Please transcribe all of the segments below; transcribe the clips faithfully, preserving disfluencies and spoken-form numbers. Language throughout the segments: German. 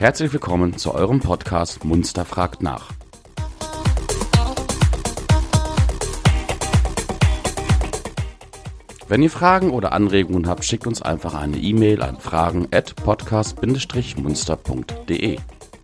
Herzlich willkommen zu eurem Podcast Munster fragt nach. Wenn ihr Fragen oder Anregungen habt, schickt uns einfach eine E-Mail an fragen at podcast bindestrich munster punkt de.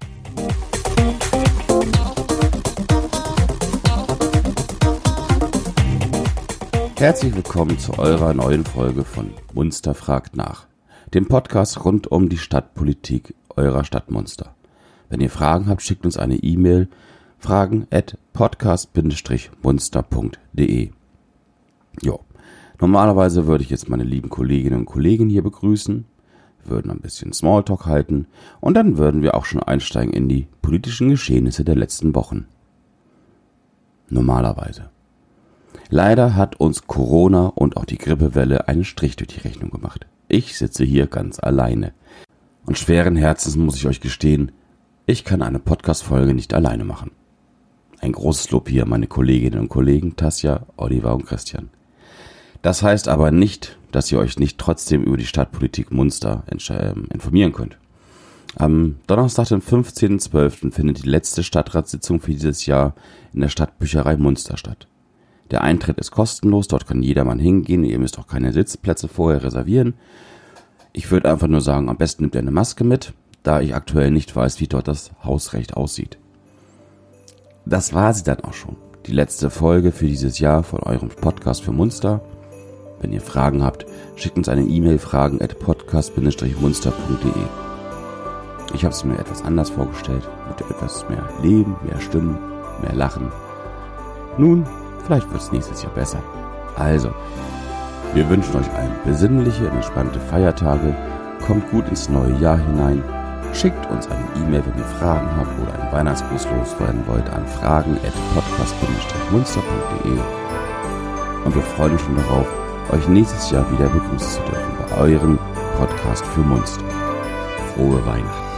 Herzlich willkommen zu eurer neuen Folge von Munster fragt nach, dem Podcast rund um die Stadtpolitik eurer Stadt Munster. Wenn ihr Fragen habt, schickt uns eine E-Mail fragen at podcast bindestrich munster punkt de. Jo. Normalerweise würde ich jetzt meine lieben Kolleginnen und Kollegen hier begrüßen, würden ein bisschen Smalltalk halten und dann würden wir auch schon einsteigen in die politischen Geschehnisse der letzten Wochen. Normalerweise. Leider hat uns Corona und auch die Grippewelle einen Strich durch die Rechnung gemacht. Ich sitze hier ganz alleine. Und schweren Herzens muss ich euch gestehen, ich kann eine Podcast-Folge nicht alleine machen. Ein großes Lob hier an meine Kolleginnen und Kollegen Tasja, Oliver und Christian. Das heißt aber nicht, dass ihr euch nicht trotzdem über die Stadtpolitik Munster informieren könnt. Am Donnerstag, den fünfzehnten zwölften findet die letzte Stadtratssitzung für dieses Jahr in der Stadtbücherei Munster statt. Der Eintritt ist kostenlos, dort kann jedermann hingehen, ihr müsst auch keine Sitzplätze vorher reservieren. Ich würde einfach nur sagen, am besten nehmt ihr eine Maske mit, da ich aktuell nicht weiß, wie dort das Hausrecht aussieht. Das war sie dann auch schon. Die letzte Folge für dieses Jahr von eurem Podcast für Munster. Wenn ihr Fragen habt, schickt uns eine E-Mail fragen at podcast bindestrich munster punkt de. Ich habe es mir etwas anders vorgestellt, mit etwas mehr Leben, mehr Stimmen, mehr Lachen. Nun, vielleicht wird es nächstes Jahr besser. Also, wir wünschen euch allen besinnliche und entspannte Feiertage, kommt gut ins neue Jahr hinein, schickt uns eine E-Mail, wenn ihr Fragen habt oder einen Weihnachtsgruß loswerden wollt an fragen at podcast bindestrich munster punkt de. Und wir freuen uns schon darauf, euch nächstes Jahr wieder begrüßen zu dürfen bei eurem Podcast für Munster. Frohe Weihnachten!